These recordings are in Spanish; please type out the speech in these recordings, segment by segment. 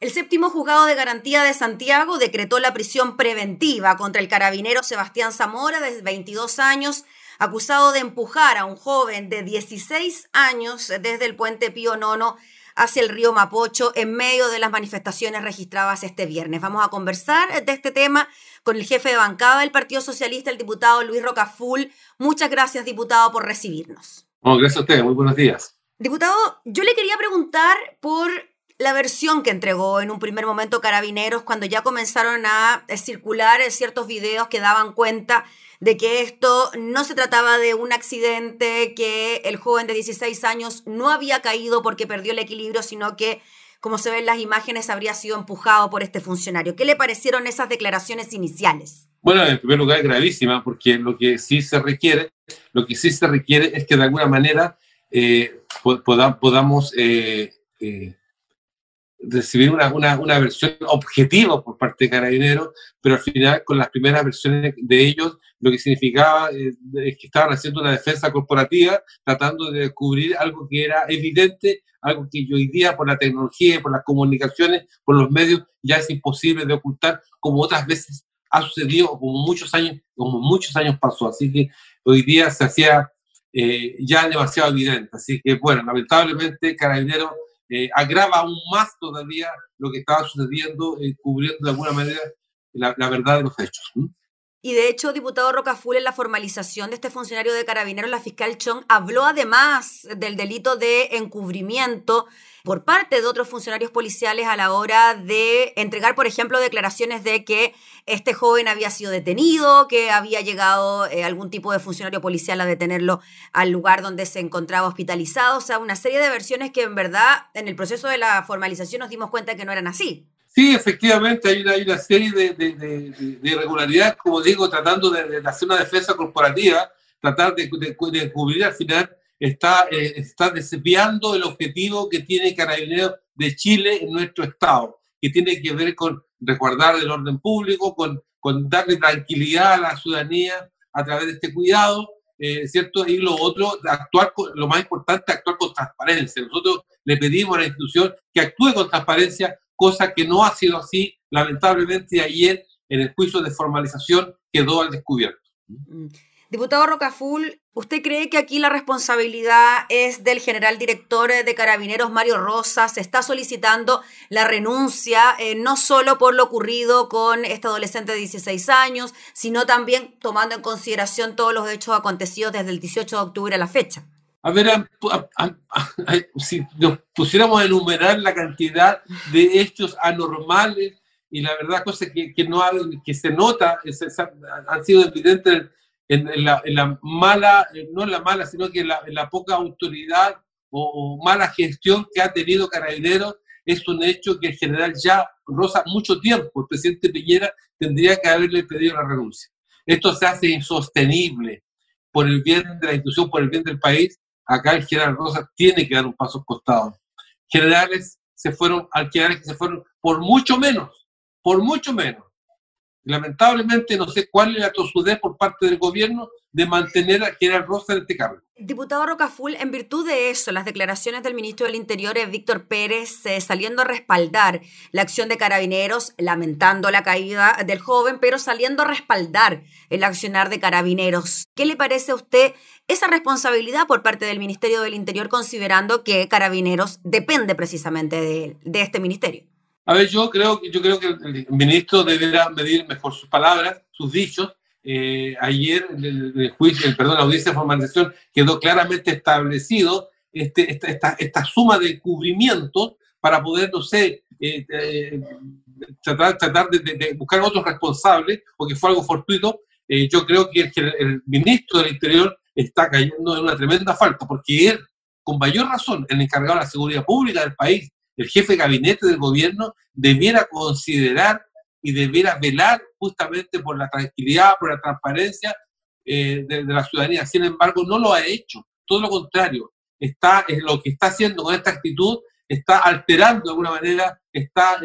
El séptimo juzgado de garantía de Santiago decretó la prisión preventiva contra el carabinero Sebastián Zamora, de 22 años, acusado de empujar a un joven de 16 años desde el puente Pío Nono hacia el río Mapocho en medio de las manifestaciones registradas este viernes. Vamos a conversar de este tema con el jefe de bancada del Partido Socialista, el diputado Luis Rocaful. Muchas gracias, diputado, por recibirnos. Gracias a ustedes, muy buenos días. Diputado, yo le quería preguntar por la versión que entregó en un primer momento Carabineros cuando ya comenzaron a circular ciertos videos que daban cuenta de que esto no se trataba de un accidente, que el joven de 16 años no había caído porque perdió el equilibrio, sino que, como se ven en las imágenes, habría sido empujado por este funcionario. ¿Qué le parecieron esas declaraciones iniciales? Bueno, en primer lugar, gravísima, porque lo que sí se requiere es que de alguna manera podamos recibir una versión objetiva por parte de Carabineros, pero al final con las primeras versiones de ellos lo que significaba es que estaban haciendo una defensa corporativa, tratando de descubrir algo que era evidente, algo que hoy día por la tecnología, por las comunicaciones, por los medios ya es imposible de ocultar, como otras veces ha sucedido, como muchos años pasó. Así que hoy día se hacía ya demasiado evidente. Así que bueno, lamentablemente Carabineros agrava aún más todavía lo que estaba sucediendo, cubriendo de alguna manera la verdad de los hechos. Y de hecho, diputado Rocaful, en la formalización de este funcionario de Carabineros, la fiscal Chong habló además del delito de encubrimiento por parte de otros funcionarios policiales a la hora de entregar, por ejemplo, declaraciones de que este joven había sido detenido, que había llegado algún tipo de funcionario policial a detenerlo al lugar donde se encontraba hospitalizado. O sea, una serie de versiones que en verdad en el proceso de la formalización nos dimos cuenta que no eran así. Sí, efectivamente, hay una serie de irregularidades, como digo, tratando de hacer una defensa corporativa, tratar de cubrir al final, está desviando el objetivo que tiene Carabineros de Chile en nuestro Estado, que tiene que ver con resguardar el orden público, con darle tranquilidad a la ciudadanía a través de este cuidado, ¿cierto? Y lo otro, lo más importante, actuar con transparencia. Nosotros le pedimos a la institución que actúe con transparencia, cosa que no ha sido así, lamentablemente ayer en el juicio de formalización quedó al descubierto. Diputado Rocaful, ¿usted cree que aquí la responsabilidad es del general director de Carabineros, Mario Rosas? Se está solicitando la renuncia, no solo por lo ocurrido con este adolescente de 16 años, sino también tomando en consideración todos los hechos acontecidos desde el 18 de octubre a la fecha. A ver, si nos pusiéramos a enumerar la cantidad de hechos anormales y la verdad cosas que se nota, han sido evidentes en la mala, no en la mala, sino que en la poca autoridad o mala gestión que ha tenido Carabineros, es un hecho que el general ya roza mucho tiempo. El presidente Piñera tendría que haberle pedido la renuncia. Esto se hace insostenible por el bien de la institución, por el bien del país. Acá el general Rosas tiene que dar un paso al costado. Generales que se fueron por mucho menos. Lamentablemente no sé cuál es la tosudez por parte del gobierno de mantener al general Rosas en este cargo. Diputado Rocaful, en virtud de eso, las declaraciones del ministro del Interior, Víctor Pérez, saliendo a respaldar la acción de Carabineros, lamentando la caída del joven, pero saliendo a respaldar el accionar de Carabineros. ¿Qué le parece a usted esa responsabilidad por parte del Ministerio del Interior, considerando que Carabineros depende precisamente de este ministerio? A ver, yo creo que el ministro deberá medir mejor sus palabras, sus dichos. Ayer en la audiencia de formalización quedó claramente establecido esta suma de cubrimientos para poder, no sé, tratar de buscar otros responsables, porque fue algo fortuito. Yo creo que el ministro del Interior está cayendo en una tremenda falta, porque él, con mayor razón, el encargado de la seguridad pública del país, el jefe de gabinete del gobierno, debiera considerar y debiera velar justamente por la tranquilidad, por la transparencia de la ciudadanía. Sin embargo, no lo ha hecho. Todo lo contrario. Lo que está haciendo con esta actitud está alterando de alguna manera, está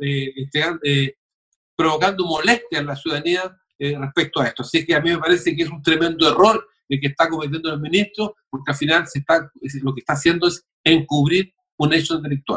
provocando molestia en la ciudadanía respecto a esto. Así que a mí me parece que es un tremendo error el que está cometiendo el ministro, porque al final lo que está haciendo es encubrir un hecho delictual.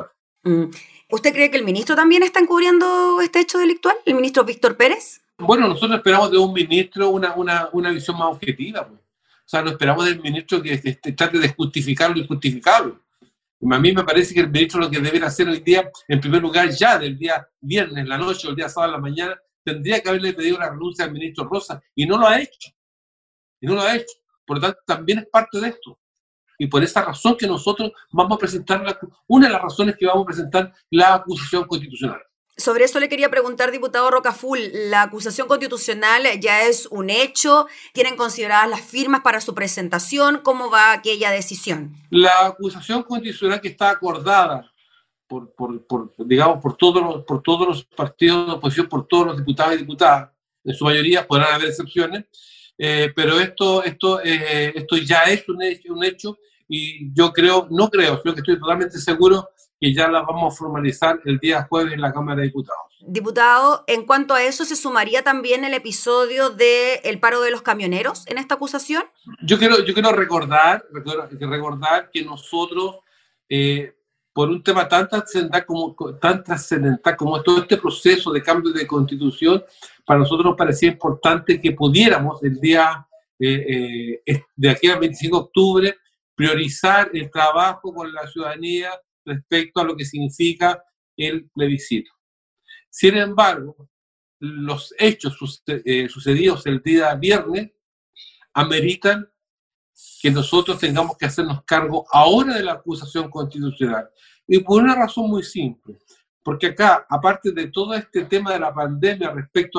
Mm. ¿Usted cree que el ministro también está encubriendo este hecho delictual, el ministro Víctor Pérez? Bueno, nosotros esperamos de un ministro una visión más objetiva, pues. O sea, no esperamos del ministro que trate de justificar lo injustificable. A mí me parece que el ministro lo que debería hacer hoy día, en primer lugar, ya del día viernes, en la noche o el día sábado en la mañana, tendría que haberle pedido la renuncia al ministro Rosa, y no lo ha hecho. Por lo tanto, también es parte de esto. Y por esa razón que nosotros vamos a presentar, una de las razones que vamos a presentar la acusación constitucional. Sobre eso le quería preguntar, diputado Rocafull, ¿la acusación constitucional ya es un hecho? ¿Tienen consideradas las firmas para su presentación? ¿Cómo va aquella decisión? La acusación constitucional que está acordada por todos los partidos de oposición, por todos los diputados y diputadas, en su mayoría podrán haber excepciones, pero esto ya es un hecho, y yo sino que estoy totalmente seguro que ya la vamos a formalizar el día jueves en la Cámara de Diputados. Diputado, en cuanto a eso, ¿se sumaría también el episodio del paro de los camioneros en esta acusación? Yo quiero recordar que nosotros, por un tema tan trascendental como todo este proceso de cambio de constitución, para nosotros nos parecía importante que pudiéramos el día de aquí al 25 de octubre priorizar el trabajo con la ciudadanía respecto a lo que significa el plebiscito. Sin embargo, los hechos sucedidos el día viernes ameritan que nosotros tengamos que hacernos cargo ahora de la acusación constitucional. Y por una razón muy simple, porque acá, aparte de todo este tema de la pandemia respecto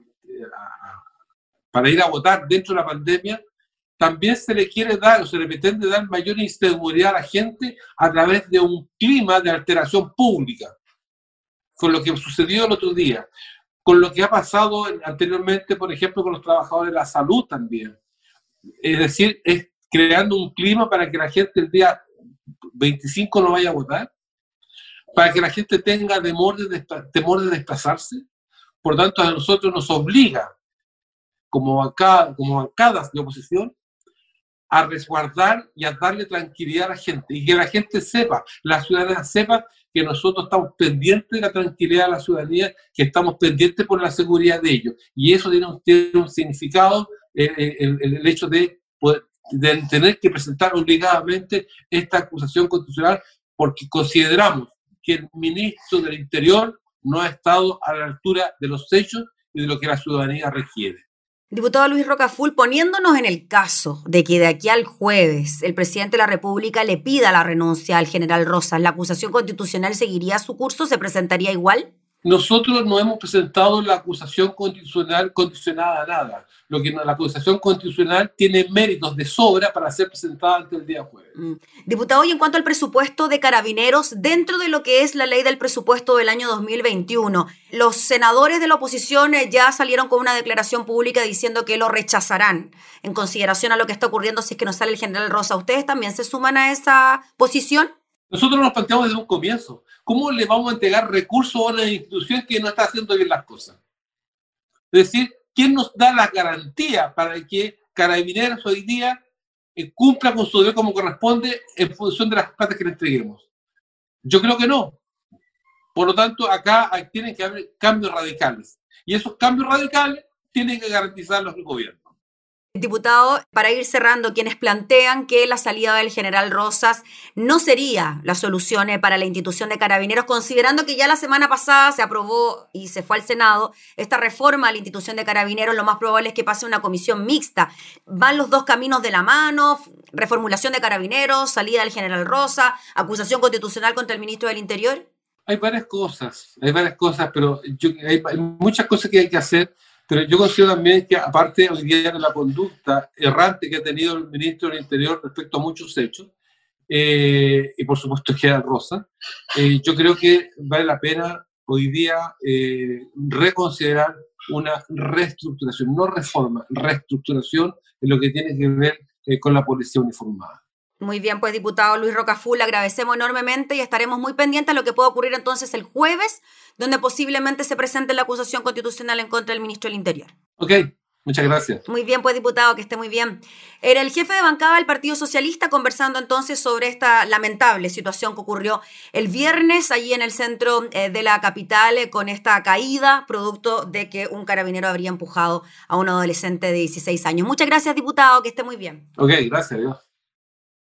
para ir a votar dentro de la pandemia, también se le quiere dar o se le pretende dar mayor inseguridad a la gente a través de un clima de alteración pública, con lo que sucedió el otro día, con lo que ha pasado anteriormente, por ejemplo, con los trabajadores de la salud también. Es decir, es creando un clima para que la gente el día 25 no vaya a votar, para que la gente tenga temor de desplazarse. Por tanto, a nosotros nos obliga, como bancadas de oposición, a resguardar y a darle tranquilidad a la gente, y que la gente sepa, la ciudadanía sepa que nosotros estamos pendientes de la tranquilidad de la ciudadanía, que estamos pendientes por la seguridad de ellos. Y eso tiene un significado, el hecho de tener que presentar obligadamente esta acusación constitucional, porque consideramos que el ministro del Interior no ha estado a la altura de los hechos y de lo que la ciudadanía requiere. Diputado Luis Rocafull, poniéndonos en el caso de que de aquí al jueves el presidente de la República le pida la renuncia al general Rosas, ¿la acusación constitucional seguiría su curso? ¿Se presentaría igual? Nosotros no hemos presentado la acusación constitucional condicionada a nada. La acusación constitucional tiene méritos de sobra para ser presentada ante el día jueves. Diputado, y en cuanto al presupuesto de Carabineros, dentro de lo que es la ley del presupuesto del año 2021, los senadores de la oposición ya salieron con una declaración pública diciendo que lo rechazarán en consideración a lo que está ocurriendo si es que no sale el general Rosa. ¿Ustedes también se suman a esa posición? Nosotros nos planteamos desde un comienzo. ¿Cómo le vamos a entregar recursos a una institución que no está haciendo bien las cosas? Es decir, ¿quién nos da la garantía para que Carabineros hoy día cumpla con su deber como corresponde en función de las plata que le entreguemos? Yo creo que no. Por lo tanto, acá tienen que haber cambios radicales. Y esos cambios radicales tienen que garantizarlos el gobierno. Diputado, para ir cerrando, quienes plantean que la salida del general Rosas no sería la solución para la institución de Carabineros, considerando que ya la semana pasada se aprobó y se fue al Senado esta reforma a la institución de Carabineros, lo más probable es que pase una comisión mixta. ¿Van los dos caminos de la mano? Reformulación de Carabineros, salida del general Rosas, acusación constitucional contra el ministro del Interior. Hay varias cosas, pero hay muchas cosas que hay que hacer. Pero yo considero también que, aparte hoy día de la conducta errante que ha tenido el ministro del Interior respecto a muchos hechos, y por supuesto que era Rosa, yo creo que vale la pena hoy día reconsiderar una reestructuración, no reforma, reestructuración en lo que tiene que ver con la policía uniformada. Muy bien, pues diputado Luis Rocafull, le agradecemos enormemente y estaremos muy pendientes a lo que pueda ocurrir entonces el jueves, donde posiblemente se presente la acusación constitucional en contra del ministro del Interior. Ok, Muchas gracias. Muy bien, pues, diputado, que esté muy bien. Era el jefe de bancada del Partido Socialista conversando entonces sobre esta lamentable situación que ocurrió el viernes allí en el centro de la capital con esta caída producto de que un carabinero habría empujado a un adolescente de 16 años. Muchas gracias, diputado, que esté muy bien. Ok, gracias. Adiós.